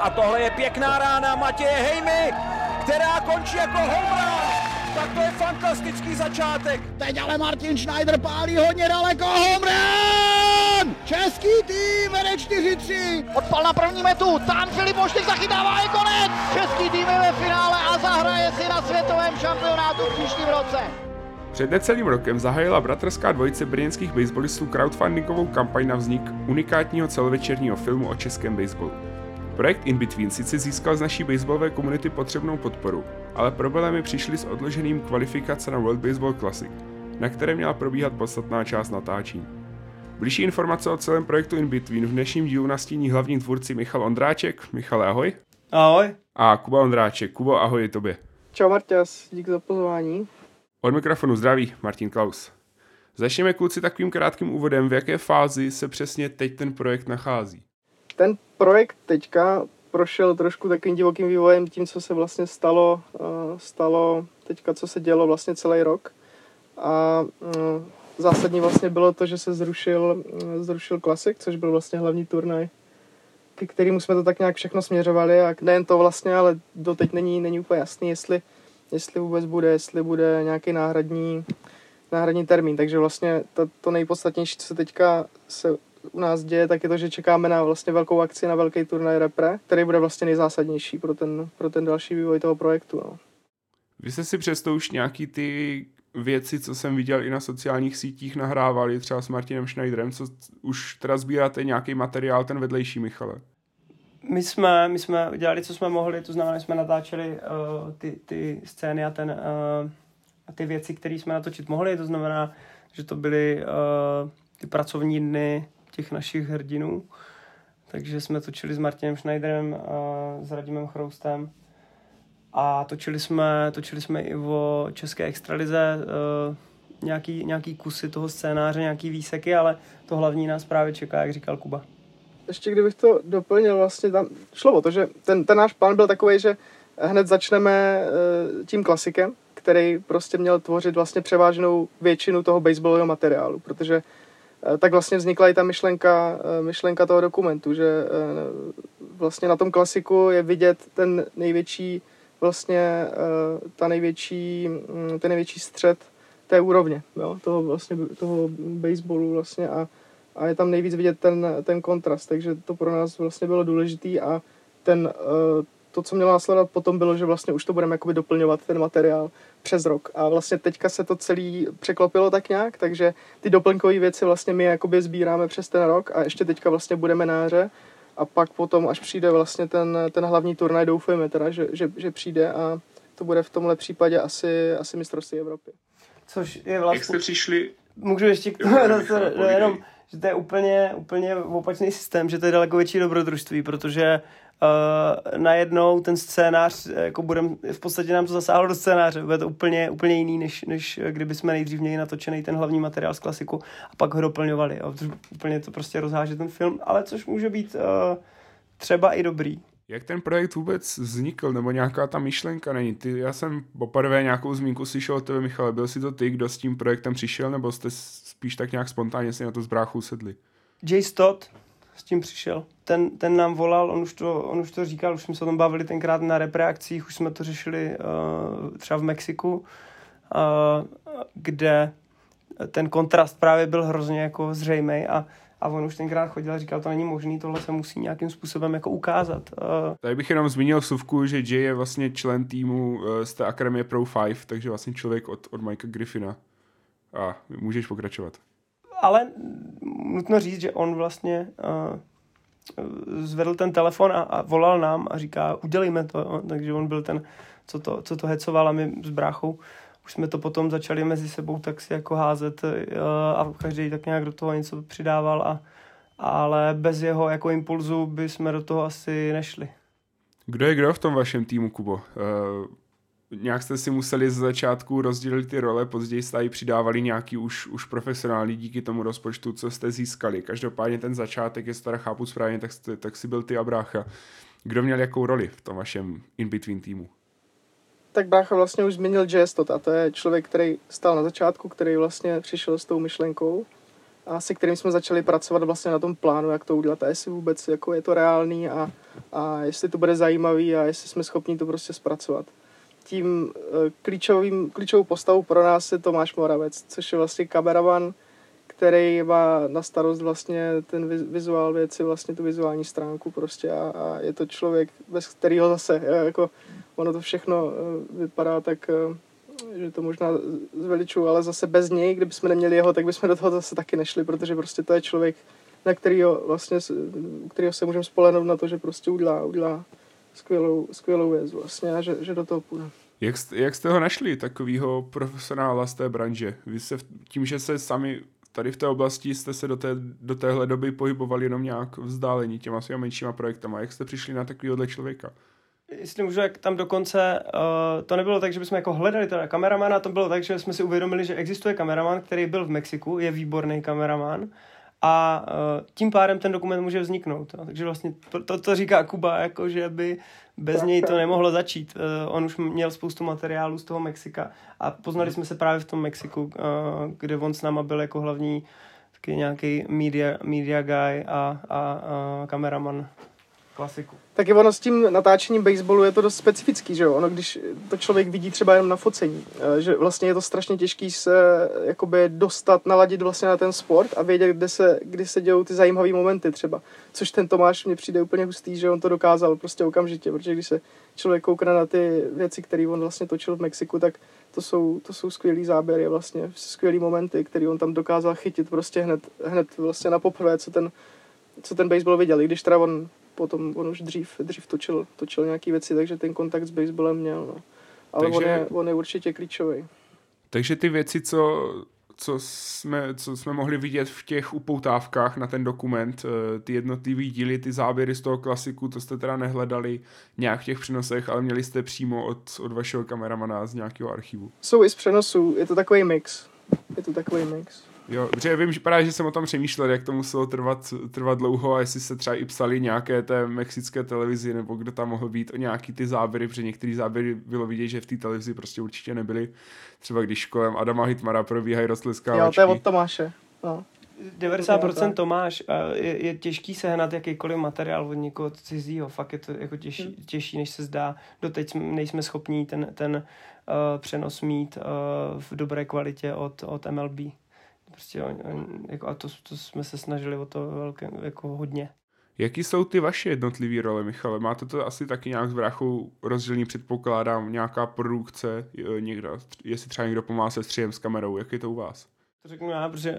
A tohle je pěkná rána Matěje Hejmy, která končí jako home run. Tak to je fantastický začátek. Teď ale Martin Schneider pálí hodně daleko, home run! Český tým vede 4-3. Odpal na první metu, tam Filip Moštyk zachytává, je konec. Český tým je ve finále a zahraje si na světovém šampionátu v příštím roce. Před necelým rokem zahájila bratrská dvojice brněnských baseballistů crowdfundingovou kampaň na vznik unikátního celovečerního filmu o českém baseballu. Projekt In Between sice získal z naší baseballové komunity potřebnou podporu, ale problémy přišly s odložením kvalifikace na World Baseball Classic, na které měla probíhat podstatná část natáčení. Bližší informace o celém projektu In Between v dnešním dílu nastíní hlavní tvůrci Michal Ondráček. Michale, ahoj. Ahoj. A Kuba Ondráček. Kubo, ahoj tobě. Čau Marťas, díky za pozvání. Od mikrofonu zdraví Martin Klaus. Začněme kluci takovým krátkým úvodem, v jaké fázi se přesně teď ten projekt nachází. Ten projekt teďka prošel trošku takovým divokým vývojem tím, co se vlastně stalo teďka, co se dělo vlastně celý rok. A zásadní vlastně bylo to, že se zrušil Classic, což byl vlastně hlavní turnaj, ke kterému jsme to tak nějak všechno směřovali. A nejen to vlastně, ale doteď není úplně jasný, jestli vůbec bude nějaký náhradní termín. Takže vlastně to nejpodstatnější, co se teďka se u nás děje, tak je to, že čekáme na vlastně velkou akci, na velký turnaj repre, který bude vlastně nejzásadnější pro ten další vývoj toho projektu. No. Vy jste si přesto už nějaký ty věci, co jsem viděl i na sociálních sítích, nahrávali třeba s Martinem Schneiderem, co už teda sbíráte nějaký materiál, ten vedlejší, Michale? My jsme dělali, co jsme mohli, to znamená, že jsme natáčeli ty scény a ty věci, které jsme natočit mohli, to znamená, že to byly ty pracovní dny těch našich hrdinů, takže jsme točili s Martinem Schneiderem a s Radimem Chroustem a točili jsme i o české extralize, nějaký kusy toho scénáře, nějaký výseky, ale to hlavní nás právě čeká, jak říkal Kuba. Ještě kdybych to doplnil, vlastně tam šlo o to, že ten náš plán byl takový, že hned začneme tím klasikem, který prostě měl tvořit vlastně převážnou většinu toho baseballového materiálu, protože tak vlastně vznikla i ta myšlenka toho dokumentu, že vlastně na tom klasiku je vidět ten největší vlastně ten největší střed té úrovně, jo, toho baseballu vlastně a je tam nejvíc vidět ten kontrast, takže to pro nás vlastně bylo důležitý a to, co mělo následovat potom, bylo, že vlastně už to budeme jakoby doplňovat ten materiál přes rok. A vlastně teďka se to celý překlopilo tak nějak, takže ty doplňkové věci vlastně my jakoby sbíráme přes ten rok a ještě teďka vlastně budeme na jaře a pak potom, až přijde vlastně ten hlavní turnaj, doufujeme teda, že přijde a to bude v tomhle případě asi mistrovství Evropy. Což je vlastně... Jak jste přišli? Můžu ještě jenom, že to je úplně opačný systém, že to je daleko větší dobrodružství, protože najednou ten scénář, jako v podstatě nám to zasáhlo do scénáře, bude to úplně jiný, než kdyby jsme nejdřív měli natočený ten hlavní materiál z klasiku a pak ho doplňovali. Jo. Úplně to prostě rozháže ten film, ale což může být třeba i dobrý. Jak ten projekt vůbec vznikl, nebo nějaká ta myšlenka není? Já jsem poprvé nějakou zmínku slyšel od tebe, Michale. Byl si to ty, kdo s tím projektem přišel, nebo jste spíš tak nějak spontánně si na to s bráchou sedli? Jay Stott s tím přišel. Ten nám volal, on už to říkal, už jsme se o tom bavili tenkrát na repreakcích, už jsme to řešili třeba v Mexiku, kde ten kontrast právě byl hrozně jako zřejmej a on už tenkrát chodil a říkal, to není možný, tohle se musí nějakým způsobem jako ukázat. Tady bych jenom zmínil vsuvku, že Jay je vlastně člen týmu z té Akademie Pro 5, takže vlastně člověk od Mikea Griffina. A můžeš pokračovat. Ale nutno říct, že on vlastně zvedl ten telefon a volal nám a říká, udělejme to. Takže on byl ten, co to hecoval a my s bráchou už jsme to potom začali mezi sebou tak si jako házet a každý tak nějak do toho něco přidával, ale bez jeho jako impulzu by jsme do toho asi nešli. Kdo je kdo v tom vašem týmu, Kubo? Nějak jste si museli z začátku rozdělit ty role, později jste přidávali nějaký už profesionální díky tomu rozpočtu, co jste získali. Každopádně ten začátek, jestli teda chápu správně, tak si byl ty a brácha. Kdo měl jakou roli v tom vašem in-between týmu? Tak brácha vlastně už změnil Jay Stott a to je člověk, který stál na začátku, který vlastně přišel s tou myšlenkou a se kterým jsme začali pracovat vlastně na tom plánu, jak to udělat a jestli vůbec jako je to reálný a a jestli to bude zajímavý a jestli jsme schopni to prostě zpracovat. Tím klíčovou postavou pro nás je Tomáš Moravec, což je vlastně kameraman, který má na starost vlastně ten vizuál věci, vlastně tu vizuální stránku prostě a je to člověk, bez kterého zase, jako ono to všechno vypadá tak, že to možná zveličuju, ale zase bez něj, kdybychom neměli jeho, tak bychom do toho zase taky nešli, protože prostě to je člověk, na kterýho se můžeme spolehnout na to, že prostě udělá skvělou věc vlastně a že do toho půjde. Jak jste ho našli, takovýho profesionála z té branže? Vy se tím, že se sami tady v té oblasti jste se do téhle doby pohybovali jenom nějak vzdálení těma svýma menšíma projektama. Jak jste přišli na takovýhohle člověka? Jestli můžu, jak tam dokonce, to nebylo tak, že bychom jako hledali teda kameramana, to bylo tak, že jsme si uvědomili, že existuje kameraman, který byl v Mexiku, je výborný kameraman a tím pádem ten dokument může vzniknout. No. Takže vlastně to říká Kuba, jako že by bez něj to nemohlo začít. On už měl spoustu materiálů z toho Mexika a poznali jsme se právě v tom Mexiku, kde on s náma byl jako hlavní taky nějaký media guy a kameraman klasiku. Taky ono s tím natáčením baseballu je to dost specifický, že jo? Ono, když to člověk vidí třeba jenom na focení, že vlastně je to strašně těžký se jakoby dostat, naladit vlastně na ten sport a vědět, kdy se dějou ty zajímavé momenty třeba. Což ten Tomáš mně přijde úplně hustý, že on to dokázal prostě okamžitě, protože když se člověk koukne na ty věci, které on vlastně točil v Mexiku, tak to jsou skvělý záběry, vlastně skvělý momenty, které on tam dokázal chytit prostě hned vlastně na poprvé, co ten baseball viděl, i když teda on už dřív točil nějaké věci, takže ten kontakt s baseballem měl. No. Ale takže, on je určitě klíčový. Takže ty věci, co jsme mohli vidět v těch upoutávkách na ten dokument, ty jednotlivý díly, ty záběry z toho klasiku, to jste teda nehledali nějak v těch přenosech, ale měli jste přímo od vašeho kameramana z nějakého archivu. Jsou i z přenosů, je to takový mix. Jo, protože vím, že jsem o tom přemýšlel, jak to muselo trvat dlouho a jestli se třeba i psali nějaké té mexické televizi, nebo kdo tam mohl být o nějaký ty záběry, protože některé záběry bylo vidět, že v té televizi prostě určitě nebyly. Třeba když kolem Adama Hitmara probíhají roztleskávačky. Jo, to je od Tomáše. No. 90% Tomáš, je těžký sehnat jakýkoliv materiál od někoho cizího, fakt je to jako těžší, než se zdá. Doteď nejsme schopní ten přenos mít v dobré kvalitě od MLB. Prostě jako, a to jsme se snažili o to jako hodně. Jaký jsou ty vaše jednotlivé role, Michale? Máte to asi taky nějak s bráchou rozdělení, předpokládám, nějaká produkce, někdo, jestli třeba někdo pomáhá se střihem s kamerou, jak je to u vás? To řeknu já, protože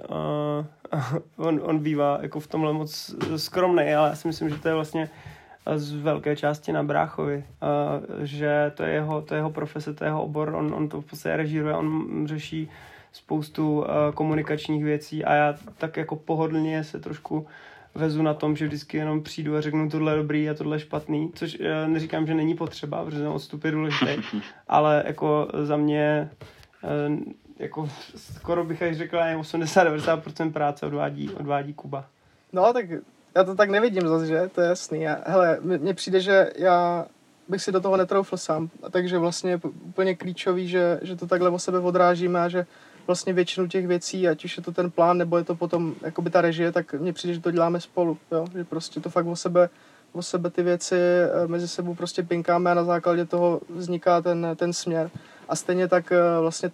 on bývá jako v tomhle moc skromnej, ale já si myslím, že to je vlastně z velké části na bráchovi, že to je jeho profese, to je jeho obor, on to v podstatě režíruje, on řeší spoustu komunikačních věcí a já tak jako pohodlně se trošku vezu na tom, že vždycky jenom přijdu a řeknu tohle je dobrý a tohle je špatný, což neříkám, že není potřeba, protože ten odstup je důležitý, ale jako za mě jako skoro bych až řekla 80-90% práce odvádí Kuba. No tak já to tak nevidím zase, že? To je jasný. Hele, mně přijde, že já bych si do toho netroufl sám, takže vlastně je úplně klíčový, že to takhle o sebe odrážíme a že vlastně většinu těch věcí, ať už je to ten plán, nebo je to potom jakoby ta režie, tak mně přijde, že to děláme spolu, jo? Že prostě to fakt o sebe ty věci mezi sebou prostě pinkáme a na základě toho vzniká ten směr. A stejně tak vlastně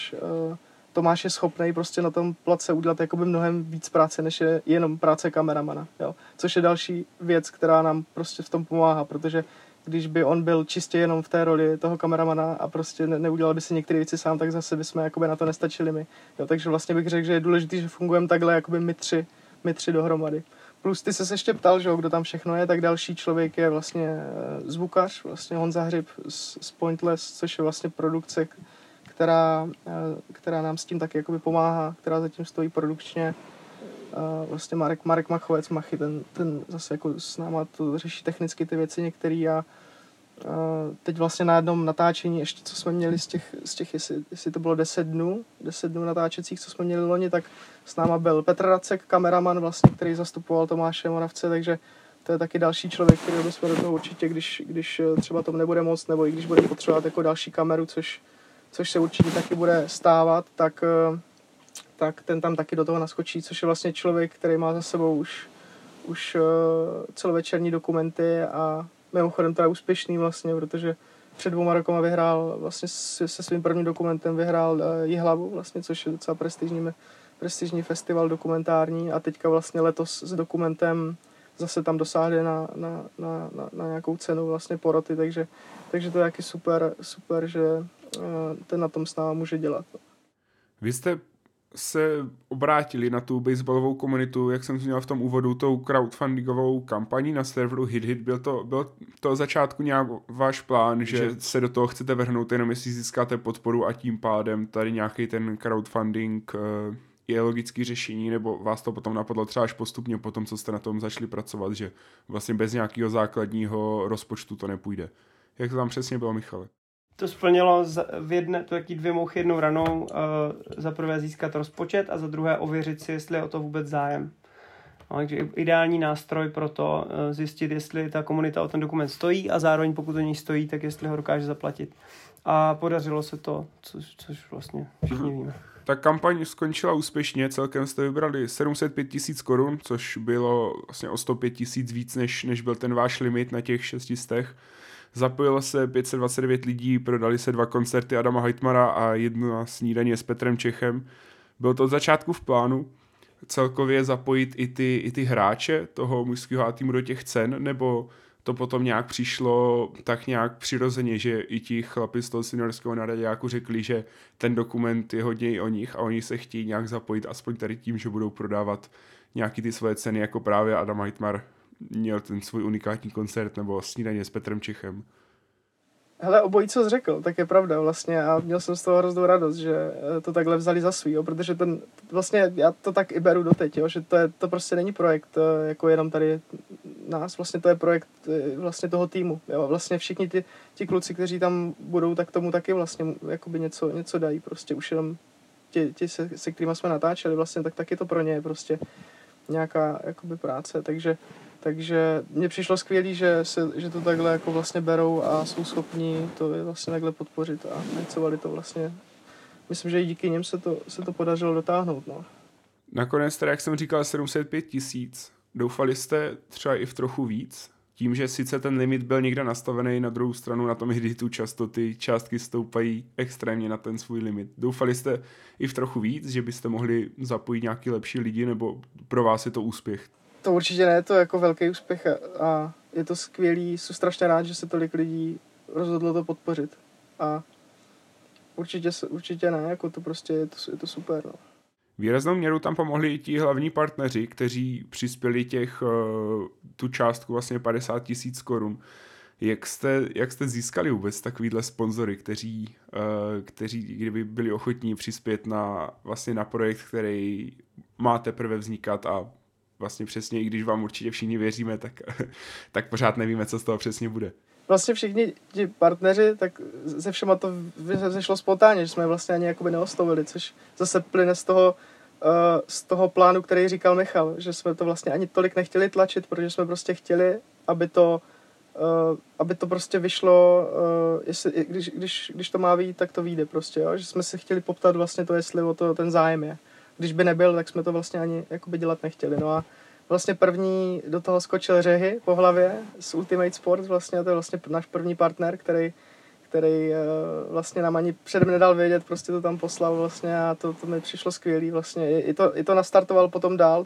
Tomáš je schopný prostě na tom place udělat jakoby mnohem víc práce, než je jenom práce kameramana, jo? Což je další věc, která nám prostě v tom pomáhá, protože když by on byl čistě jenom v té roli toho kameramana a prostě neudělal by si některé věci sám, tak zase bychom jakoby na to nestačili my. Jo, takže vlastně bych řekl, že je důležité, že fungujeme takhle jakoby my tři dohromady. Plus ty se ještě ptal, že kdo tam všechno je, tak další člověk je vlastně zvukař, vlastně Honza Hřib z Pointless, což je vlastně produkce, která nám s tím taky jakoby pomáhá, která zatím stojí produkčně. Vlastně Marek Machovec, Machy, ten zase jako s náma to řeší technicky ty věci některý a teď vlastně na jednom natáčení, ještě co jsme měli z těch jestli to bylo 10 dnů natáčecích, co jsme měli loni, tak s náma byl Petr Racek, kameraman vlastně, který zastupoval Tomáše Moravce, takže to je taky další člověk, který bychom do toho určitě, když třeba tom nebude moc, nebo i když bude potřebovat jako další kameru, což se určitě taky bude stávat, tak ten tam taky do toho naskočí, což je vlastně člověk, který má za sebou už celovečerní dokumenty a mimochodem teda úspěšný vlastně, protože před 2 rokama vyhrál vlastně se svým prvním dokumentem vyhrál Jihlavu vlastně, což je docela prestižní festival dokumentární a teďka vlastně letos s dokumentem zase tam dosáhli na nějakou cenu vlastně poroty, takže to je taky super, že ten na tom s náma může dělat. Vy jste se obrátili na tu baseballovou komunitu, jak jsem zmínil v tom úvodu, tou crowdfundingovou kampaní na serveru HitHit. Byl to začátku nějak váš plán, že se do toho chcete vrhnout jenom jestli získáte podporu a tím pádem tady nějaký ten crowdfunding je logický řešení, nebo vás to potom napadlo třeba až postupně po tom, co jste na tom začali pracovat, že vlastně bez nějakého základního rozpočtu to nepůjde. Jak to tam přesně bylo, Michale? To splnilo taky 2 mouchy jednou ranou, za prvé získat rozpočet a za druhé ověřit si, jestli je o to vůbec zájem. No, takže ideální nástroj pro to zjistit, jestli ta komunita o ten dokument stojí a zároveň pokud o něj stojí, tak jestli ho dokáže zaplatit. A podařilo se to, což vlastně všichni víme. Ta kampaň skončila úspěšně, celkem jste vybrali 705 000 korun, což bylo vlastně o 105 000 víc, než byl ten váš limit na těch 600. Zapojilo se 529 lidí, prodali se 2 koncerty Adama Heitmara a 1 snídaně s Petrem Čechem. Bylo to od začátku v plánu celkově zapojit i ty hráče toho mužského A týmu do těch cen, nebo to potom nějak přišlo tak nějak přirozeně, že i ti chlapi z toho seniorského nároďáku řekli, že ten dokument je hodně i o nich a oni se chtějí nějak zapojit aspoň tady tím, že budou prodávat nějaký ty svoje ceny, jako právě Adam Heitmar měl ten svůj unikátní koncert nebo snídaně s Petrem Čechem. Hele, obojí, co jsi řekl, tak je pravda vlastně a měl jsem z toho hroznou radost, že to takhle vzali za svý, protože vlastně já to tak i beru doteď, že to prostě není projekt jako jenom tady nás, vlastně to je projekt vlastně toho týmu, jo, vlastně všichni ti kluci, kteří tam budou, tak tomu taky vlastně jakoby něco dají, prostě už jenom ti se kterýma jsme natáčeli vlastně, tak taky to pro ně je prostě nějaká jakoby práce, takže mně přišlo skvělý, že to takhle jako vlastně berou a jsou schopní to vlastně takhle podpořit a necovali to vlastně. Myslím, že i díky nim se to podařilo dotáhnout. No. Nakonec teda, jak jsem říkal, 705 000. Doufali jste třeba i v trochu víc? Tím, že sice ten limit byl někde nastavený, na druhou stranu na tom HitHitu často ty částky stoupají extrémně na ten svůj limit. Doufali jste i v trochu víc, že byste mohli zapojit nějaký lepší lidi, nebo pro vás je to úspěch? To určitě ne, to je jako velký úspěch a je to skvělý, jsem strašně rád, že se tolik lidí rozhodlo to podpořit a určitě ne, jako to prostě je to super. No. Výraznou měrou tam pomohli i ti hlavní partneři, kteří přispěli tu částku vlastně 50 000 korun. Jak jste získali vůbec takovýhle sponzory, kteří kdyby byli ochotní přispět vlastně na projekt, který má teprve vznikat a vlastně přesně, i když vám určitě všichni věříme, tak pořád nevíme, co z toho přesně bude. Vlastně všichni ti partneři, tak ze všema to zešlo spontánně, že jsme je vlastně ani jakoby neoslovili, což zase plyne z toho plánu, který říkal Michal, že jsme to vlastně ani tolik nechtěli tlačit, protože jsme prostě chtěli, aby to prostě vyšlo, když to má vyjít, tak to vyjde prostě, jo? Že jsme si chtěli poptat vlastně to, jestli o to ten zájem je. Když by nebyl, tak jsme to vlastně ani jakoby dělat nechtěli. No a vlastně první do toho skočil Řehy po hlavě z Ultimate Sports, vlastně, a to je vlastně náš první partner, který vlastně nám ani předem nedal vědět, prostě to tam poslal vlastně a to mi přišlo skvělý vlastně. I to nastartoval potom dál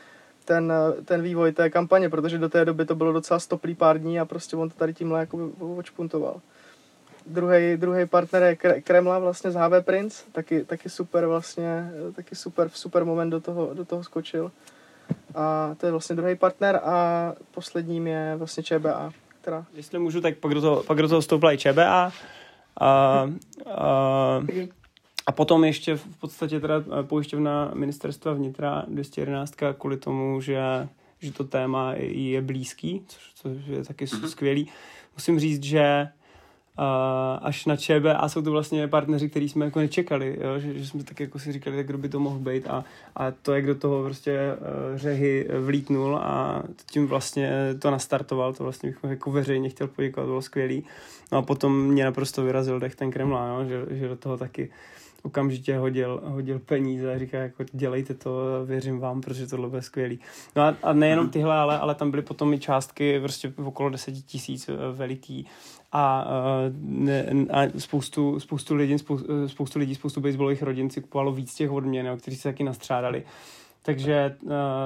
ten vývoj té kampaně, protože do té doby to bylo docela stoplý pár dní a prostě on to tady tímhle jakoby odšpuntoval. Druhý partner je Kremla vlastně z HV Prince, taky super vlastně, taky super moment do toho skočil. A to je vlastně druhý partner a posledním je vlastně ČBA, která... Jestli můžu, tak pak do toho vstoupila i ČBA a potom ještě v podstatě teda pojišťovna ministerstva vnitra 211 kvůli tomu, že to téma je blízký, což je taky skvělý. Musím říct, že až na ČBA jsou to vlastně partneři, který jsme jako nečekali, jo? Že jsme tak jako si říkali, tak kdo by to mohl být a to, jak do toho prostě Řehy vlítnul a tím vlastně to nastartoval, to vlastně bych jako veřejně chtěl poděkovat, bylo skvělý. No a potom mě naprosto vyrazil dech ten Kremla, jo? Že do toho taky okamžitě hodil peníze a říká, jako dělejte to, věřím vám, protože tohle bude skvělý. No a nejenom tyhle, ale tam byly potom i částky prostě okolo 10 000 veliký a spoustu lidí, spoustu baseballových rodin si kupovalo víc těch odměn, kteří se taky nastřádali. Takže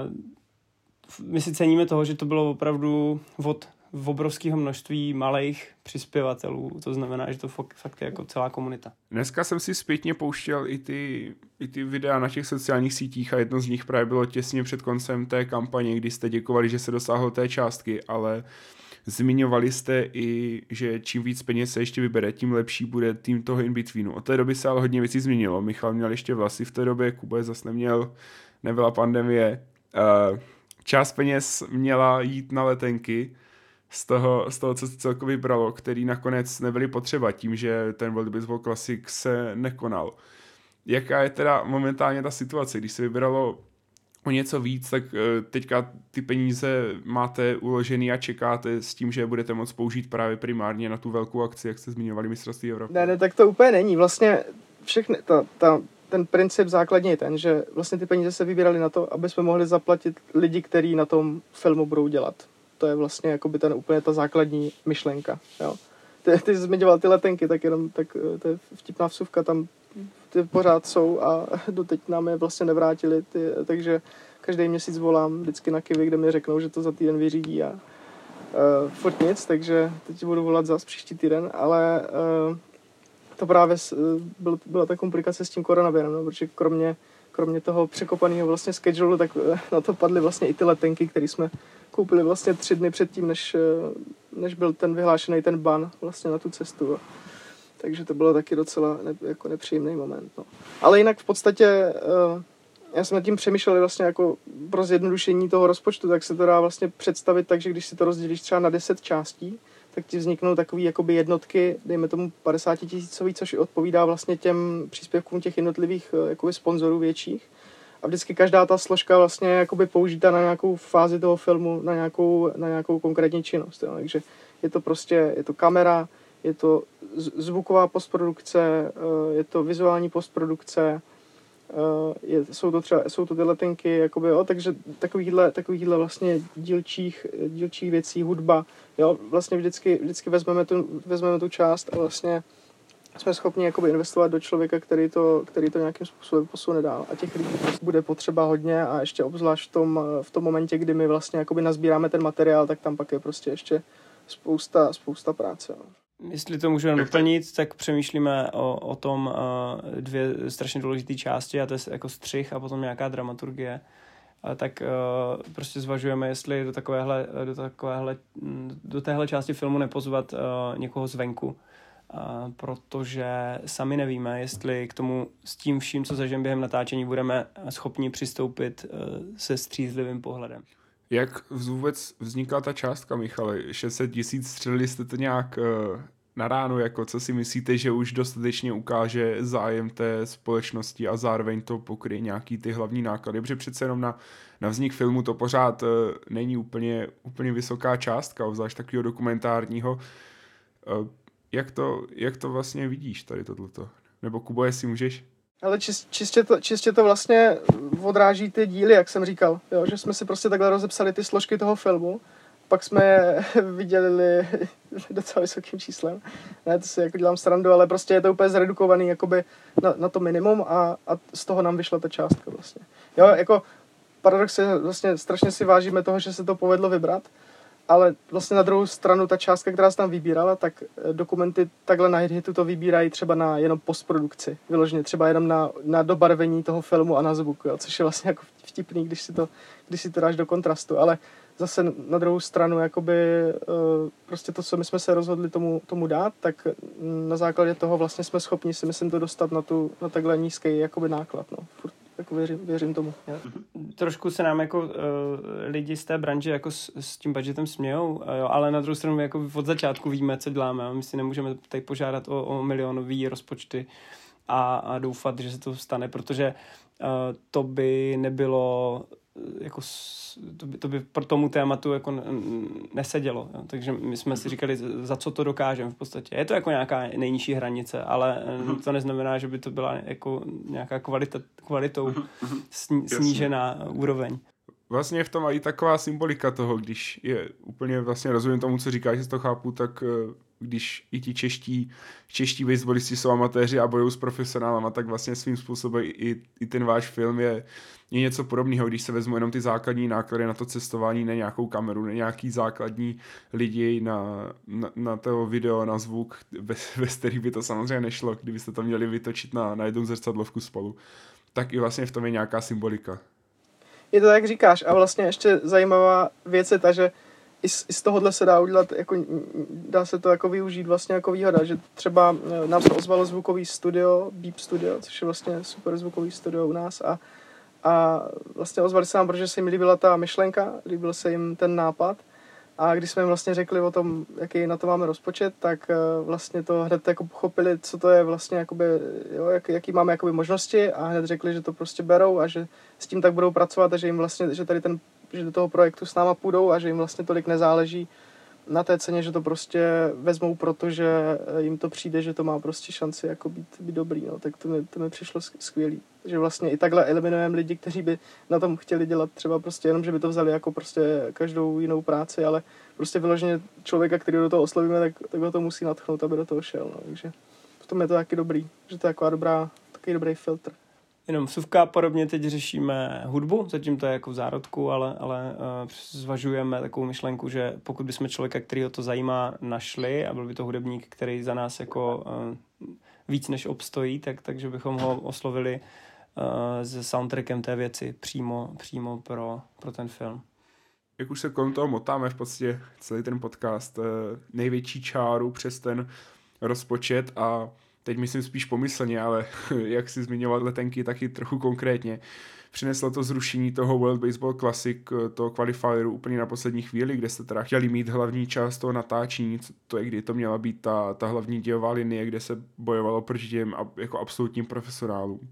my si ceníme toho, že to bylo opravdu od obrovského množství malých přispěvatelů, to znamená, že to fakt je jako celá komunita. Dneska jsem si zpětně pouštěl i ty videa na těch sociálních sítích a jedno z nich právě bylo těsně před koncem té kampaně, kdy jste děkovali, že se dosáhlo té částky, ale zmiňovali jste i, že čím víc peněz se ještě vybere, tím lepší bude tým toho in-betweenu. Od té doby se ale hodně věcí změnilo. Michal měl ještě vlasy v té době, Kuba zase nebyla pandemie. Část peněz měla jít na letenky z toho, co se celkově bralo, který nakonec nebyly potřeba tím, že ten World Baseball Classic se nekonal. Jaká je teda momentálně ta situace, když se vybíralo o něco víc, tak teďka ty peníze máte uložený a čekáte s tím, že budete moct použít právě primárně na tu velkou akci, jak jste zmiňovali mistrovství Evropy? Ne, tak to úplně není. Vlastně všechny, ten princip základní je ten, že vlastně ty peníze se vybíraly na to, aby jsme mohli zaplatit lidi, kteří na tom filmu budou dělat. To je vlastně jakoby úplně ta základní myšlenka. Jo. Ty jsi zmiňoval ty letenky, tak to je vtipná vsuvka, tam ty pořád jsou a doteď nám je vlastně nevrátili, takže každý měsíc volám vždycky na Kiwi, kde mi řeknou, že to za týden vyřídí a furt nic, takže teď budu volat zase příští týden, ale to právě byla ta komplikace s tím koronavirem, no, protože kromě toho překopaného vlastně schedulu, tak na to padly vlastně i ty letenky, které jsme koupili vlastně 3 dny předtím, než byl ten vyhlášený ten ban vlastně na tu cestu. Takže to bylo taky docela jako nepříjemný moment. No. Ale jinak v podstatě já jsem nad tím přemýšlel vlastně jako pro zjednodušení toho rozpočtu, tak se to dá vlastně představit tak, že když si to rozdělíš třeba na 10 částí, tak ti vzniknou takové jakoby jednotky, dejme tomu 50 000, což odpovídá vlastně těm příspěvkům těch jednotlivých jakoby sponzorů větších. A vždycky každá ta složka vlastně je jakoby použita na nějakou fázi toho filmu, na nějakou konkrétní činnost. Jo. Takže je to kamera, je to zvuková postprodukce, je to vizuální postprodukce, jsou to ty letenky, jakoby, jo, takže takovýchhle vlastně dílčích věcí, hudba, jo, vlastně vždycky vezmeme tu část a vlastně jsme schopni jakoby investovat do člověka, který to nějakým způsobem posune dál. A těch lidí bude potřeba hodně a ještě obzvlášť v tom momentě, kdy my vlastně jakoby nazbíráme ten materiál, tak tam pak je prostě ještě spousta práce. No. Jestli to můžeme doplnit, tak přemýšlíme o tom 2 strašně důležité části, a to je jako střih a potom nějaká dramaturgie. Tak prostě zvažujeme, jestli do téhle části filmu nepozvat někoho zvenku. Protože sami nevíme, jestli k tomu s tím vším, co zažijeme během natáčení, budeme schopni přistoupit se střízlivým pohledem. Jak vůbec vznikla ta částka, Michale? 600 000, střelili jste to nějak na ráno, jako co si myslíte, že už dostatečně ukáže zájem té společnosti a zároveň to pokryje nějaký ty hlavní náklady, protože přece jenom na vznik filmu to pořád není úplně vysoká částka, obzvlášť takového dokumentárního. Jak to vlastně vidíš tady tohleto? Nebo Kubo, jestli můžeš? Ale čistě to vlastně odráží ty díly, jak jsem říkal, jo? Že jsme si prostě takhle rozepsali ty složky toho filmu, pak jsme je vydělili docela vysokým číslem. Ne, to si jako dělám srandu, ale prostě je to úplně zredukovaný jakoby na to minimum a z toho nám vyšla ta částka vlastně. Jo, jako paradox je vlastně strašně si vážíme toho, že se to povedlo vybrat, ale vlastně na druhou stranu ta částka, která se tam vybírala, tak dokumenty takhle na hitu to vybírají třeba na jenom postprodukci. Vyloženě třeba jenom na dobarvení toho filmu a na zvuk, jo, což je vlastně jako vtipný, když si to dáš do kontrastu, ale zase na druhou stranu jakoby prostě to, co my jsme se rozhodli tomu dát, tak na základě toho vlastně jsme schopni si myslím to dostat na takhle nízký jakoby náklad, no. Furt jako věřím tomu. Ja. Trošku se nám jako lidi z té branže jako s tím budgetem smějou, jo, ale na druhou stranu jako od začátku víme, co děláme. My si nemůžeme tady požádat o milionový rozpočty a doufat, že se to stane, protože to by nebylo jako to by pro tomu tématu jako nesedělo. Jo. Takže my jsme si říkali, za co to dokážeme v podstatě. Je to jako nějaká nejnižší hranice, ale to neznamená, že by to byla jako nějaká kvalitou snížená úroveň. Vlastně v tom i taková symbolika toho, když je úplně vlastně rozumím tomu, co říkáš, že to chápu, tak když i ti čeští baseballisti jsou amatéři a bojují s profesionálama, tak vlastně svým způsobem i ten váš film je něco podobného, když se vezmu jenom ty základní náklady na to cestování, na nějakou kameru, na nějaký základní lidi, na to video, na zvuk, bez kterých by to samozřejmě nešlo, kdybyste to měli vytočit na jednu zrcadlovku spolu. Tak i vlastně v tom je nějaká symbolika. Je to tak říkáš a vlastně ještě zajímavá věc je ta, že i z tohohle se dá udělat, jako, dá se to jako využít vlastně jako výhoda, že třeba nám se ozvalo zvukový studio, Beep Studio, což je vlastně super zvukový studio u nás a vlastně ozvali se nám, protože se jim líbila ta myšlenka, líbil se jim ten nápad a když jsme jim vlastně řekli o tom, jaký na to máme rozpočet, tak vlastně to hned jako pochopili, co to je vlastně, jakoby, jo, jaký máme jakoby možnosti a hned řekli, že to prostě berou a že s tím tak budou pracovat a že jim vlastně, že do toho projektu s náma půjdou a že jim vlastně tolik nezáleží na té ceně, že to prostě vezmou, protože jim to přijde, že to má prostě šanci jako být dobrý, no, tak to mi přišlo skvělý. Že vlastně i takhle eliminujeme lidi, kteří by na tom chtěli dělat třeba prostě jenom, že by to vzali jako prostě každou jinou práci, ale prostě vyloženě člověka, který do toho oslovíme, tak ho to musí nadchnout, aby do toho šel, no, takže v tom je to taky dobrý, že to je takový dobrý filtr. Jenom vsuvka, podobně teď řešíme hudbu, zatím to je jako v zárodku, ale zvažujeme takovou myšlenku, že pokud bychom člověka, kterýho to zajímá, našli a byl by to hudebník, který za nás jako víc než obstojí, takže bychom ho oslovili se soundtrackem té věci přímo pro ten film. Jak už se kolem toho motáme v podstatě celý ten podcast, největší čáru přes ten rozpočet a teď myslím spíš pomyslně, ale jak si zmiňoval letenky, taky trochu konkrétně. Přineslo to zrušení toho World Baseball Classic, toho qualifieru úplně na poslední chvíli, kde jste teda chtěli mít hlavní část toho natáčení, to je kdy to měla být ta hlavní dějová linie, kde se bojovalo proti těm jako absolutním profesionálům.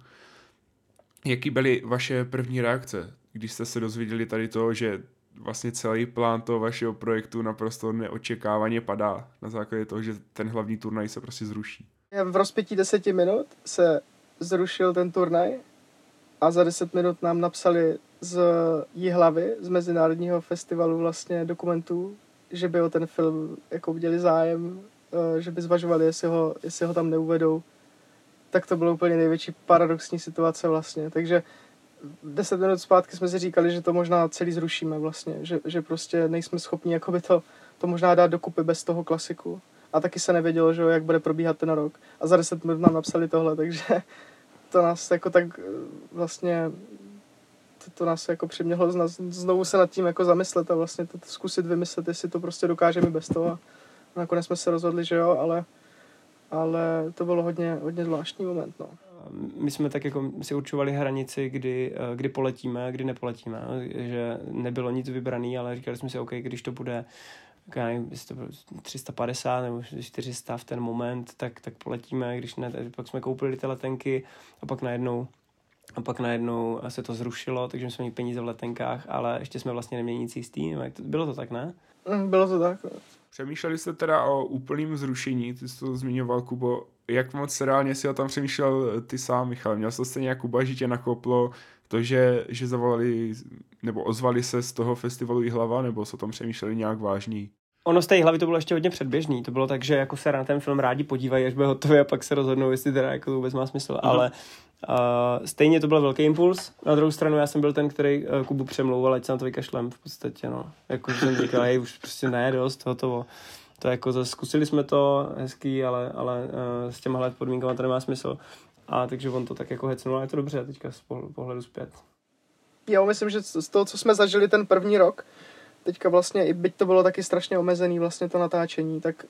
Jaký byly vaše první reakce, když jste se dozvěděli tady to, že vlastně celý plán toho vašeho projektu naprosto neočekávaně padá na základě toho, že ten hlavní turnaj se prostě zruší? V rozpětí 10 minut se zrušil ten turnaj a za 10 minut nám napsali z Jihlavy, z Mezinárodního festivalu vlastně dokumentů, že by o ten film jako udělali zájem, že by zvažovali, jestli ho tam neuvedou. Tak to bylo úplně největší paradoxní situace vlastně. Takže 10 minut zpátky jsme si říkali, že to možná celý zrušíme vlastně, že prostě nejsme schopni jakoby to možná dát dokupy bez toho klasiku. A taky se nevědělo, že jak bude probíhat ten rok. A za 10 minut nám napsali tohle, takže to nás jako tak vlastně to nás jako přimělo znovu se nad tím jako zamyslet a vlastně to zkusit vymyslet, jestli to prostě dokážeme bez toho. A nakonec jsme se rozhodli, že jo, ale to bylo hodně zvláštní moment, no. My jsme tak jako si určovali hranici, kdy poletíme a kdy nepoletíme. No? Že nebylo nic vybraný, ale říkali jsme si, OK, když to bude já nevím, jestli to bylo 350 nebo 400 v ten moment, tak poletíme, když ne, pak jsme koupili ty letenky a pak najednou se to zrušilo, takže jsme měli peníze v letenkách, ale ještě jsme vlastně neměli nic jistý. Bylo to tak, ne? Bylo to tak. Přemýšleli jste teda o úplným zrušení, ty jsi to zmiňoval, Kubo. Jak moc reálně si o tom přemýšlel ty sám, Michal? Měl jsi to stejně jak Kuba, že tě nakoplo to, že zavolali nebo ozvali se z toho festivalu Jihlava, nebo se o tom přemýšleli nějak vážný? Ono z té Jihlavy to bylo ještě hodně předběžný. To bylo tak, že jako se na ten film rádi podívají, až bude hotový a pak se rozhodnou, jestli teda jako to vůbec má smysl. Ale stejně to byl velký impuls. Na druhou stranu já jsem byl ten, který Kubu přemlouval, ať se na to vykašlem v podstatě. No. Jako jsem říkal, už prostě ne, dost, hotovo. To jako zkusili jsme to hezký, ale s těmhle podmínkama to nemá smysl. A takže on to tak jako hecnul a je to dobře teďka z pohledu zpět. Jo, myslím, že z toho, co jsme zažili ten první rok, teďka vlastně, i byť to bylo taky strašně omezený vlastně to natáčení, tak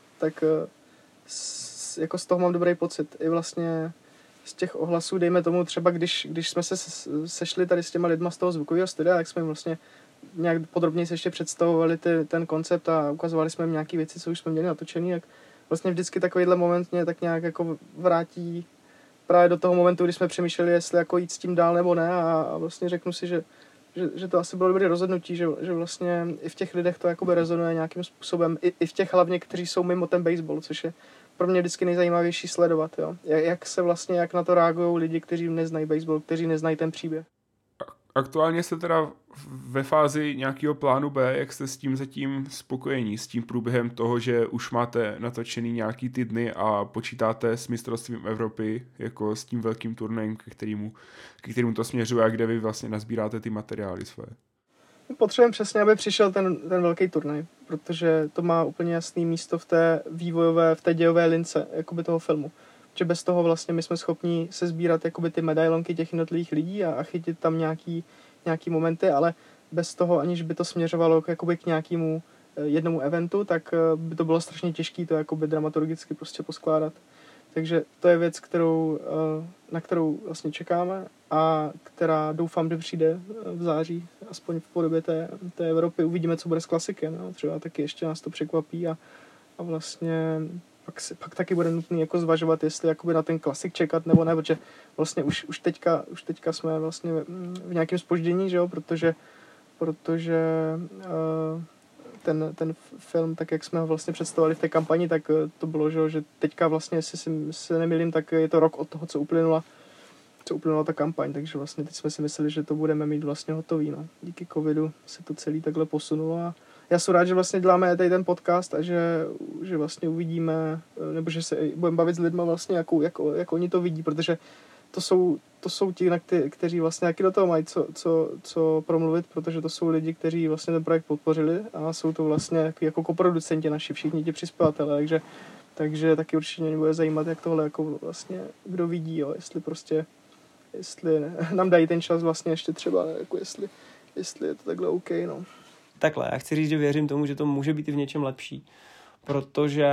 jako z toho mám dobrý pocit. I vlastně z těch ohlasů, dejme tomu třeba, když jsme se sešli tady s těma lidma z toho zvukového studia, tak jsme jim vlastně nějak podrobněji se ještě představovali ten koncept a ukazovali jsme jim nějaké věci, co už jsme měli natočený, tak vlastně vždycky takovýhle moment mě tak nějak jako vrátí právě do toho momentu, kdy jsme přemýšleli, jestli jako jít s tím dál nebo ne a vlastně řeknu si, že že to asi bylo dobré rozhodnutí, že vlastně i v těch lidech to jakoby rezonuje nějakým způsobem, i v těch hlavně, kteří jsou mimo ten baseball, což je pro mě vždycky nejzajímavější sledovat, jo. Jak na to reagují lidi, kteří neznají baseball, kteří neznají ten příběh. Aktuálně jste teda ve fázi nějakého plánu B, jak jste s tím zatím spokojení, s tím průběhem toho, že už máte natočený nějaký ty dny a počítáte s mistrovstvím Evropy jako s tím velkým turnajem, ke kterému to směřuje a kde vy vlastně nazbíráte ty materiály svoje? Potřebujeme přesně, aby přišel ten velký turnaj, protože to má úplně jasný místo v té vývojové, v té dějové lince jakoby toho filmu. Že bez toho vlastně my jsme schopni se sbírat jakoby ty medailonky těch jednotlivých lidí a chytit tam nějaký momenty, ale bez toho, aniž by to směřovalo jakoby k nějakému jednomu eventu, tak by to bylo strašně těžké to jakoby dramaturgicky prostě poskládat. Takže to je věc, na kterou vlastně čekáme a která doufám, že přijde v září, aspoň v podobě té Evropy. Uvidíme, co bude s klasikem. No. Třeba taky ještě nás to překvapí a vlastně pak taky bude nutný jako zvažovat, jestli jakoby na ten klasik čekat nebo ne, protože vlastně už teďka jsme vlastně v nějakém zpoždění, že jo, protože ten film, tak jak jsme ho vlastně představovali v té kampani, tak to bylo, že teďka vlastně, jestli se nemýlím, tak je to rok od toho, co uplynula ta kampaň, takže vlastně teď jsme si mysleli, že to budeme mít vlastně hotový, no. Díky covidu se to celý takhle posunulo a já jsem rád, že vlastně děláme tady ten podcast a že vlastně uvidíme, nebo že se budeme bavit s lidmi vlastně, jak oni to vidí, protože to jsou ti, kteří vlastně taky do toho mají co promluvit, protože to jsou lidi, kteří vlastně ten projekt podpořili a jsou to vlastně jako koproducenti naši, všichni ti přispěvatelé, takže taky určitě mě bude zajímat, jak tohle jako vlastně kdo vidí, jo, jestli nám dají ten čas vlastně ještě třeba, jako jestli je to takhle OK, no. Takhle, já chci říct, že věřím tomu, že to může být i v něčem lepší, protože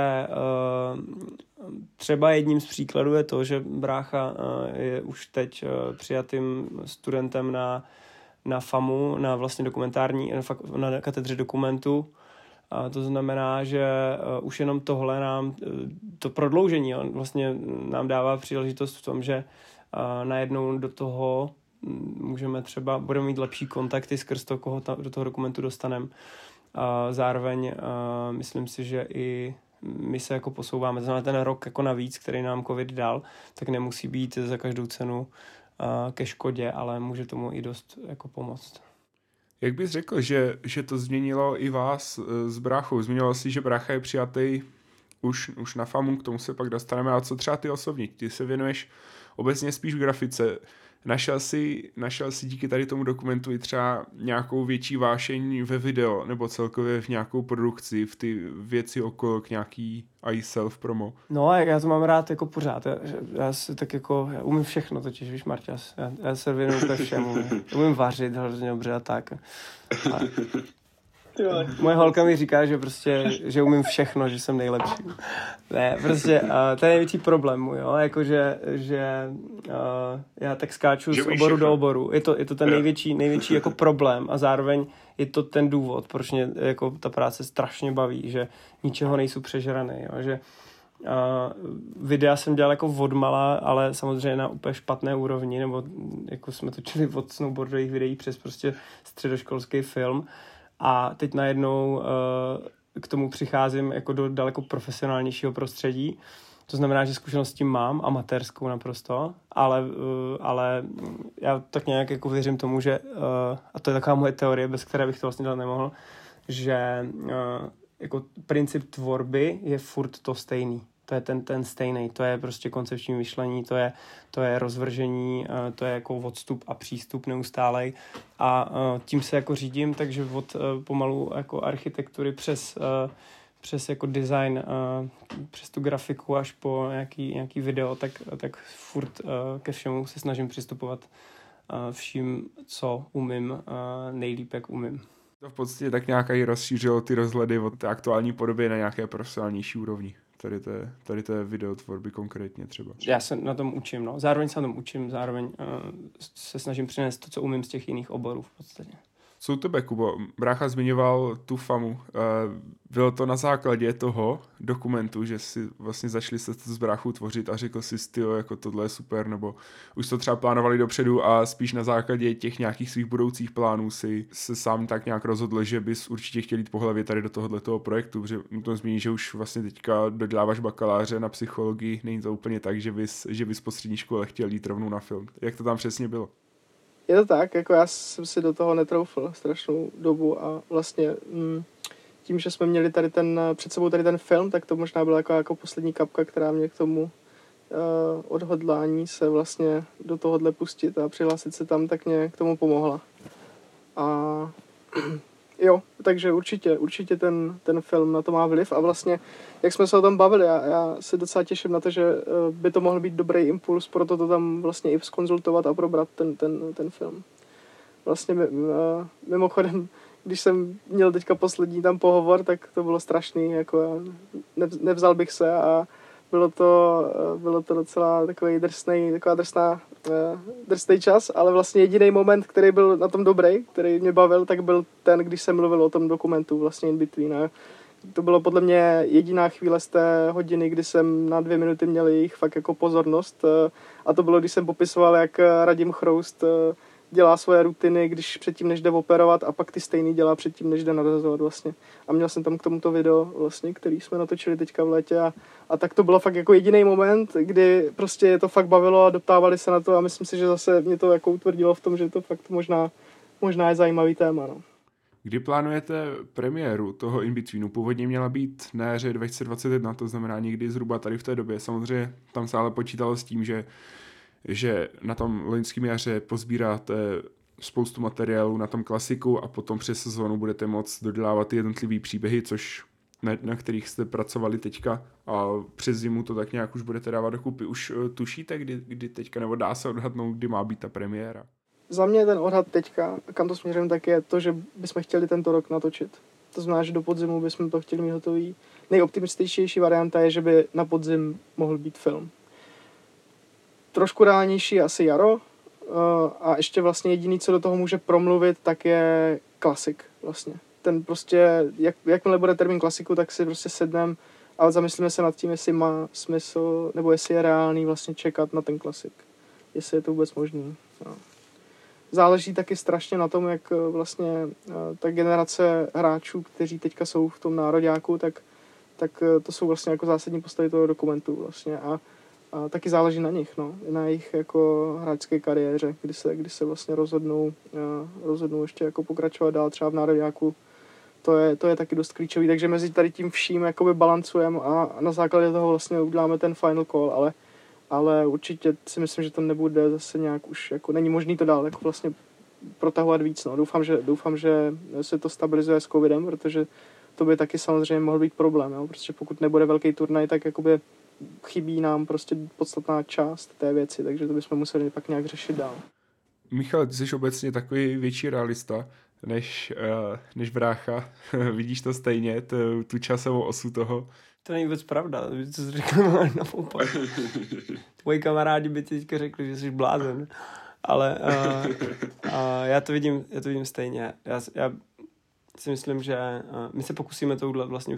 třeba jedním z příkladů je to, že brácha je už teď přijatým studentem na FAMu, na vlastně na katedře dokumentu. A to znamená, že už jenom tohle to prodloužení vlastně nám dává příležitost v tom, že najednou do toho budeme mít lepší kontakty skrz to, koho do toho dokumentu dostaneme. Zároveň myslím si, že i my se jako posouváme. To znamená, ten rok jako navíc, který nám covid dal, tak nemusí být za každou cenu ke škodě, ale může tomu i dost jako pomoct. Jak bys řekl, že to změnilo i vás s bráchou? Změnilo si, že brácha je přijatý už na FAMu, k tomu se pak dostaneme. A co třeba ty osobně? Ty se věnuješ obecně spíš v grafice. Našel jsi díky tady tomu dokumentu i třeba nějakou větší vášeň ve video, nebo celkově v nějakou produkci, v ty věci okolo k nějaký i self-promo? No, já to mám rád jako pořád. Já si tak jako, já umím všechno totiž, víš, Marťas. Já se věnuju úplně všemu. Umím vařit hrozně dobře a tak. Moje holka mi říká, že prostě, že umím všechno, že jsem nejlepší. Ne, prostě to je největší problém, jo, jakože já tak skáču z oboru do oboru. Je to ten největší jako problém a zároveň je to ten důvod, proč mě jako ta práce strašně baví, že ničeho nejsou přežraný, jo, že videa jsem dělal jako odmala, ale samozřejmě na úplně špatné úrovni, nebo jako jsme točili od snowboardových videí přes prostě středoškolský film. A teď najednou k tomu přicházím jako do daleko profesionálnějšího prostředí. To znamená, že zkušenost s tím mám, amatérskou naprosto, ale já tak nějak jako věřím tomu, že, a to je taková moje teorie, bez které bych to vlastně dělat nemohl, že jako princip tvorby je furt to stejný. To je ten stejný, to je prostě koncepční myšlení, to je rozvržení, to je jako odstup a přístup neustálej a tím se jako řídím, takže od pomalu jako architektury přes jako design, přes tu grafiku až po nějaký video, tak furt ke všemu se snažím přistupovat vším, co umím, nejlíp, jak umím. To v podstatě tak nějak i rozšířilo ty rozhledy od té aktuální podoby na nějaké profesionálnější úrovni. Tady to je videotvorby konkrétně třeba. Já se na tom učím, no. Zároveň se na tom učím, zároveň se snažím přinést to, co umím z těch jiných oborů v podstatě. Co u tebe, Kubo? Brácha zmiňoval tu famu. Bylo to na základě toho dokumentu, že si vlastně začali se to s bráchou tvořit a řekl si, tyjo, jako tohle je super, nebo už to třeba plánovali dopředu a spíš na základě těch nějakých svých budoucích plánů si se sám tak nějak rozhodl, že bys určitě chtěl jít po hlavě tady do tohoto projektu, protože to zmíní, že už vlastně teďka doděláváš bakaláře na psychologii, není to úplně tak, že bys po střední škole chtěl jít rovnou na film. Jak to tam přesně bylo? Je to tak, jako já jsem si do toho netroufl strašnou dobu a vlastně tím, že jsme měli tady před sebou tady ten film, tak to možná byla jako poslední kapka, která mě k tomu odhodlání se vlastně do tohohle pustit a přihlásit se tam, tak mě k tomu pomohla. A jo, takže určitě ten film na to má vliv a vlastně, jak jsme se o tom bavili, já se docela těším na to, že by to mohl být dobrý impuls, proto to tam vlastně i zkonzultovat a probrat ten film. Vlastně mimochodem, když jsem měl teďka poslední tam pohovor, tak to bylo strašný, jako já nevzal bych se a bylo to docela takový drsný čas, ale vlastně jediný moment, který byl na tom dobrý, který mě bavil, tak byl ten, když jsem mluvil o tom dokumentu vlastně In Between. A to bylo podle mě jediná chvíle z té hodiny, kdy jsem na 2 minuty měl jejich fakt jako pozornost a to bylo, když jsem popisoval, jak Radim Chroust dělá svoje rutiny, když předtím, než jde operovat a pak ty stejný dělá předtím, než jde narazovat vlastně. A měl jsem tam k tomuto video vlastně, který jsme natočili teďka v létě a tak to bylo fakt jako jediný moment, kdy prostě je to fakt bavilo a doptávali se na to a myslím si, že zase mě to jako utvrdilo v tom, že to fakt možná je zajímavý téma, no. Kdy plánujete premiéru toho In-Betweenu? Původně měla být na jaře 2021, to znamená někdy zhruba tady v té době. Samozřejmě tam se ale počítalo s tím, že na tom loňském jaře pozbíráte spoustu materiálů na tom klasiku a potom přes sezónu budete moct dodělávat ty jednotlivý příběhy, což na kterých jste pracovali teďka a přes zimu to tak nějak už budete dávat dokupy. Už tušíte, kdy teďka, nebo dá se odhadnout, kdy má být ta premiéra? Za mě ten odhad teďka, kam to směřujeme, tak je to, že bychom chtěli tento rok natočit. To znamená, že do podzimu bychom to chtěli mít hotový. Nejoptimističtější varianta je, že by na podzim mohl být film. Trošku reálnější asi jaro a ještě vlastně jediný, co do toho může promluvit, tak je klasik vlastně. Ten prostě, jakmile bude termín klasiku, tak si prostě sedneme a zamyslíme se nad tím, jestli má smysl, nebo jestli je reálný vlastně čekat na ten klasik. Jestli je to vůbec možný. No. Záleží taky strašně na tom, jak vlastně ta generace hráčů, kteří teďka jsou v tom nároďáku, tak to jsou vlastně jako zásadní postavy toho dokumentu vlastně a taky záleží na nich, no, na jejich jako hráčské kariéře, kdy se vlastně rozhodnou ještě jako pokračovat dál třeba v nároďáku. To je taky dost klíčový, takže mezi tady tím vším jakoby balancujeme a na základě toho vlastně uděláme ten final call, ale určitě si myslím, že to nebude zase nějak už, jako není možný to dál jako vlastně protahovat víc, no. Doufám, že se to stabilizuje s covidem, protože to by taky samozřejmě mohl být problém, jo, protože pokud nebude velký turnaj, tak jakoby chybí nám prostě podstatná část té věci, takže to bychom museli pak nějak řešit dál. Michal, ty jsi obecně takový větší realista než brácha. Vidíš to stejně, tu časovou osu toho? To není vůbec pravda, co jsi řekl na poupak. Tvoji kamarádi by teďka řekli, že jsi blázen. Ale já to vidím stejně. Já si myslím, že my se pokusíme to udělat vlastně už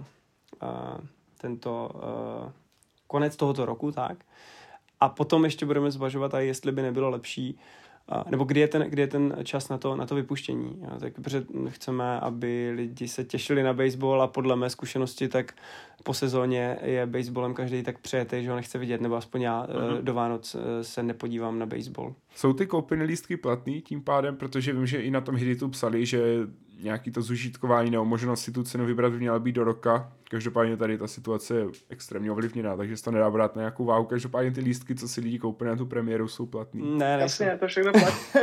tento konec tohoto roku, tak. A potom ještě budeme zvažovat, a jestli by nebylo lepší, nebo kdy je ten čas na to vypuštění. Jo? Tak protože chceme, aby lidi se těšili na baseball a podle mé zkušenosti, tak po sezóně je baseballem každý tak přejetý, že ho nechce vidět, nebo aspoň já do Vánoc se nepodívám na baseball. Jsou ty koupené lístky platný tím pádem, protože vím, že i na tom Heditu psali, že nějaký to zužitkování nebo možnost si tu cenu vybrat by měla být do roka. Každopádně tady ta situace je extrémně ovlivněná, takže se to nedá brát na nějakou váhu. Každopádně ty lístky, co si lidi koupí na tu premiéru, jsou platný. Ne, jasně, to všechno platí.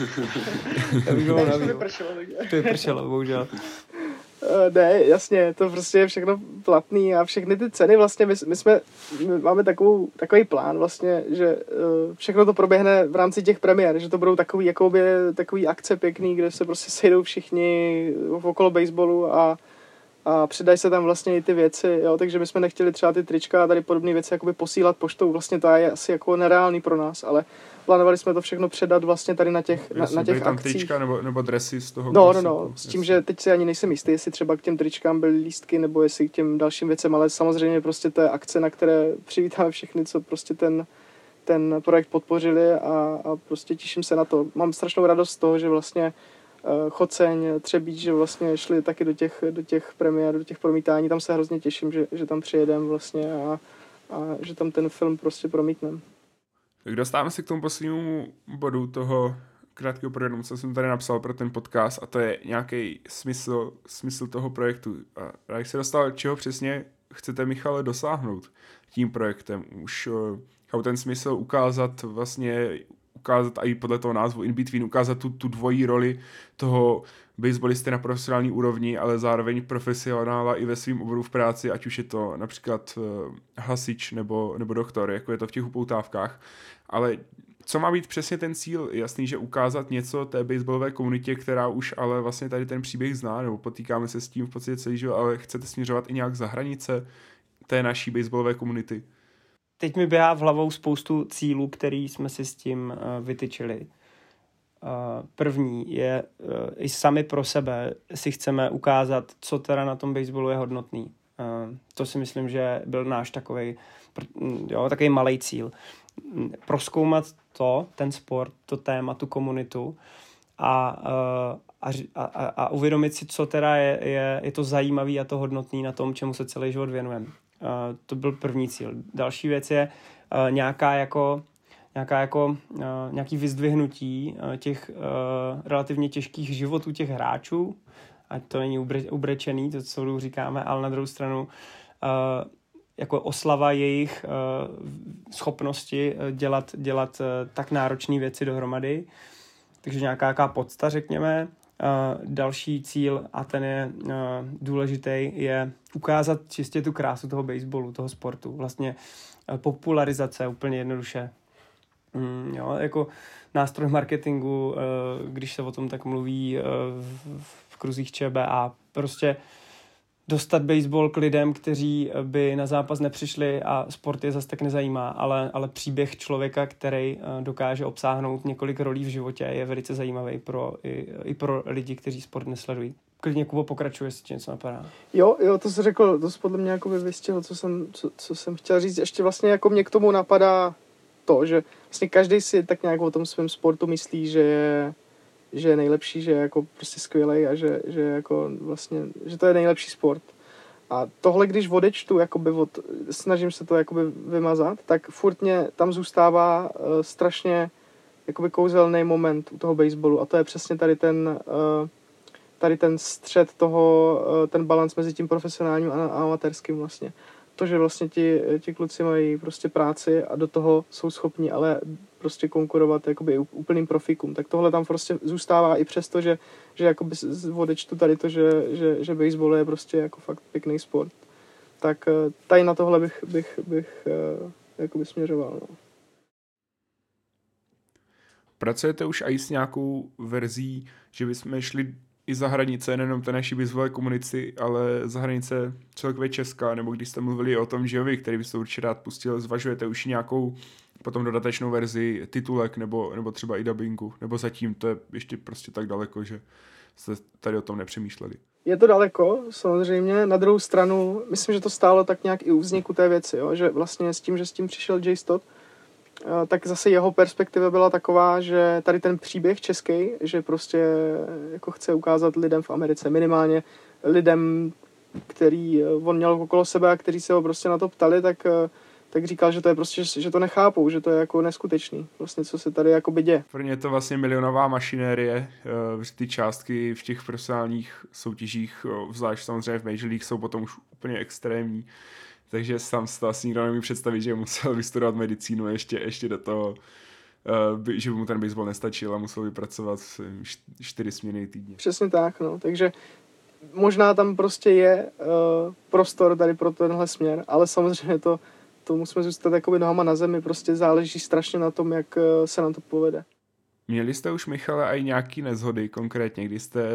To vypršelo, bohužel. Ne, jasně, to prostě je všechno platný a všechny ty ceny vlastně, my máme takový plán vlastně, že všechno to proběhne v rámci těch premiér, že to budou takový akce pěkný, kde se prostě sejdou všichni okolo baseballu a a přidají se tam vlastně i ty věci, jo, takže my jsme nechtěli třeba ty trička a tady podobné věci jakoby posílat poštou, vlastně to je asi jako nereálný pro nás, ale plánovali jsme to všechno předat vlastně tady na těch, na těch tam akcích. trička nebo dresy z toho. No, s tím, že teď si ani nejsem jistý, jestli třeba k těm tričkám byly lístky, nebo jestli k těm dalším věcem, ale samozřejmě prostě to je akce, na které přivítáme všechny, co prostě ten projekt podpořili a prostě těším se na to. Mám strašnou radost z toho, že vlastně Choceň, Třebíč, že vlastně šli taky do těch premiér, do těch promítání, tam se hrozně těším, že tam přijedem vlastně a že tam ten film prostě promítneme. Tak dostáváme se k tomu poslednímu bodu toho krátkého programu, co jsem tady napsal pro ten podcast, a to je nějaký smysl toho projektu. A jak se dostal, čeho přesně chcete, Michale, dosáhnout tím projektem? Už ten smysl ukázat a i podle toho názvu In Between, ukázat tu dvojí roli toho baseballisty na profesionální úrovni, ale zároveň profesionála i ve svým oboru v práci, ať už je to například hasič nebo doktor, jako je to v těch upoutávkách. Ale co má být přesně ten cíl? Jasný, že ukázat něco té baseballové komunitě, která už ale vlastně tady ten příběh zná, nebo potýkáme se s tím v podstatě celý život, ale chcete směřovat i nějak za hranice té naší baseballové komunity? Teď mi běhá v hlavou spoustu cílů, který jsme si s tím vytyčili. První je, i sami pro sebe si chceme ukázat, co teda na tom baseballu je hodnotný. To si myslím, že byl náš takový malej cíl. Prozkoumat ten sport, to téma, tu komunitu a uvědomit si, co teda je to zajímavý a to hodnotný na tom, čemu se celý život věnujeme. To byl první cíl. Další věc je nějaký vyzdvihnutí těch relativně těžkých životů těch hráčů, ať to není ubrečený, to, co říkáme, ale na druhou stranu jako oslava jejich schopnosti dělat tak náročné věci dohromady. Takže nějaká podsta, řekněme. Další cíl, a ten je důležitý, je ukázat čistě tu krásu toho baseballu, toho sportu. Vlastně popularizace, úplně jednoduše. Jako nástroj marketingu, když se o tom tak mluví v kruzích ČBA. Prostě dostat baseball k lidem, kteří by na zápas nepřišli a sport je zase tak nezajímá, ale příběh člověka, který dokáže obsáhnout několik rolí v životě, je velice zajímavý i pro lidi, kteří sport nesledují. Klidně, Kubo, pokračuje, jestli ti něco napadá. Jo, to jsi řekl, to podle mě jako vystihl, co jsem chtěl říct. Ještě vlastně jako mě k tomu napadá to, že vlastně každý si tak nějak o tom svém sportu myslí, že je nejlepší, že je jako prostě skvělej a že jako vlastně, že to je nejlepší sport. A tohle, když odečtu, snažím se to jakoby vymazat, tak furt mě tam zůstává strašně jakoby kouzelný moment u toho baseballu a to je přesně tady ten střed toho, ten balans mezi tím profesionálním a amatérským vlastně. To, že vlastně ti kluci mají prostě práci a do toho jsou schopni ale prostě konkurovat jakoby úplným profikům. Tak tohle tam prostě zůstává i přesto, že jakoby odečtu tady to, že baseball je prostě jako fakt pěkný sport. Tak tady na tohle bych jakoby směřoval. No. Pracujete už i s nějakou verzí, že bychom šli i za hranice, nejenom té naší baseballové komunity, ale za hranice celkově Česka, nebo když jste mluvili o tom, že vy, který byste určitě rád pustil, zvažujete už nějakou potom dodatečnou verzi titulek, nebo třeba i dabingu, nebo zatím to je ještě prostě tak daleko, že jste tady o tom nepřemýšleli. Je to daleko, samozřejmě. Na druhou stranu, myslím, že to stálo tak nějak i u vzniku té věci, jo? Že vlastně s tím přišel Jay Stott, tak zase jeho perspektiva byla taková, že tady ten příběh český, že prostě jako chce ukázat lidem v Americe, minimálně lidem, který on měl okolo sebe a kteří se ho prostě na to ptali, tak říkal, že to je prostě, že to nechápou, že to je jako neskutečný, vlastně co se tady jakoby děje. Pro ně je to vlastně milionová mašinérie, ty částky v těch profesionálních soutěžích, zvlášť samozřejmě v Major League, jsou potom už úplně extrémní. Takže sám si to asi nikdo nemůže představit, že musel vystudovat medicínu ještě do toho, že by mu ten baseball nestačil a musel vypracovat 4 směny týdně. Přesně tak, no. Takže možná tam prostě je prostor tady pro tenhle směr, ale samozřejmě to musíme zůstat jakoby nohama na zemi, prostě záleží strašně na tom, jak se nám to povede. Měli jste už, Michale, i nějaký neshody konkrétně, kdy jste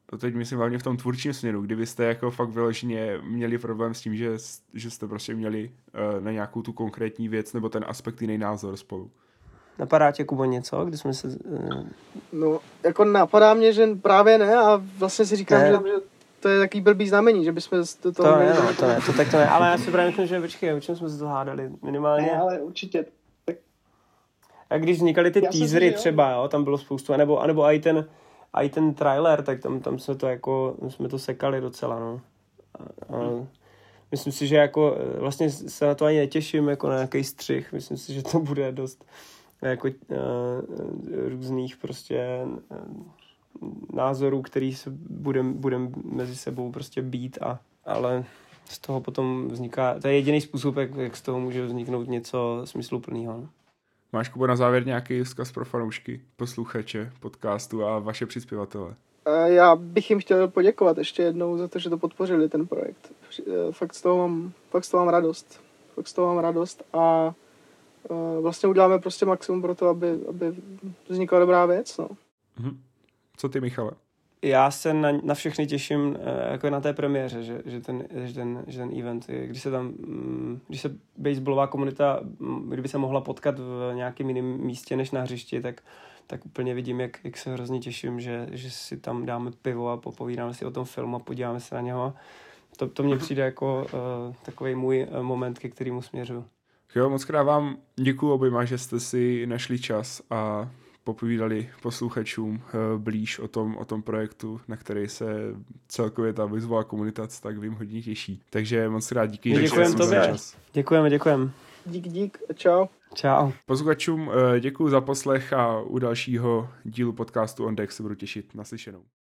teď myslím hlavně v tom tvůrčím směru, kdybyste jako fakt vyloženě měli problém s tím, že jste prostě měli na nějakou tu konkrétní věc nebo ten aspekt jiný názor spolu. Napadá tě, Kubo, něco, když jsme se... No, jako napadá mě, že právě ne a vlastně si říkám, že to je takový blbý znamení, že bychom to tak to ne, ale já si právě myslím, že počkej, o čem jsme se to hádali minimálně. Ne, ale určitě. A když vznikaly ty teasery třeba, jo, tam bylo spoustu, anebo i ten trailer, tak tam jsme to jako, jsme to sekali docela, no. A myslím si, že jako vlastně se na to ani netěším, jako na nějaký střih, myslím si, že to bude dost jako různých prostě názorů, který se budem mezi sebou prostě být, ale z toho potom vzniká, to je jediný způsob, jak z toho může vzniknout něco smysluplného. No? Máš, Kubo, na závěr nějaký vzkaz pro fanoušky, posluchače podcastu a vaše přispěvatele? Já bych jim chtěl poděkovat ještě jednou za to, že to podpořili, ten projekt. Fakt z toho mám radost a vlastně uděláme prostě maximum pro to, aby vznikla dobrá věc. No. Co ty, Michale? Já se na všechny těším jako na té premiéře, že ten event, když se baseballová komunita, kdyby se mohla potkat v nějakém jiném místě než na hřišti, tak úplně vidím, jak se hrozně těším, že si tam dáme pivo a popovídáme si o tom filmu a podíváme se na něho. To mně přijde jako takový můj moment, ke kterému směřuju. Jo, moc krát vám děkuju oběma, že jste si našli čas a popovídali posluchačům blíž o tom projektu, na který se celkově ta baseballová komunita tak vím hodně těší. Takže moc krát díky. Děkujeme tobě. Děkujeme. Dík. Čau. Posluchačům děkuju za poslech a u dalšího dílu podcastu On Deck se budu těšit. Naslyšenou.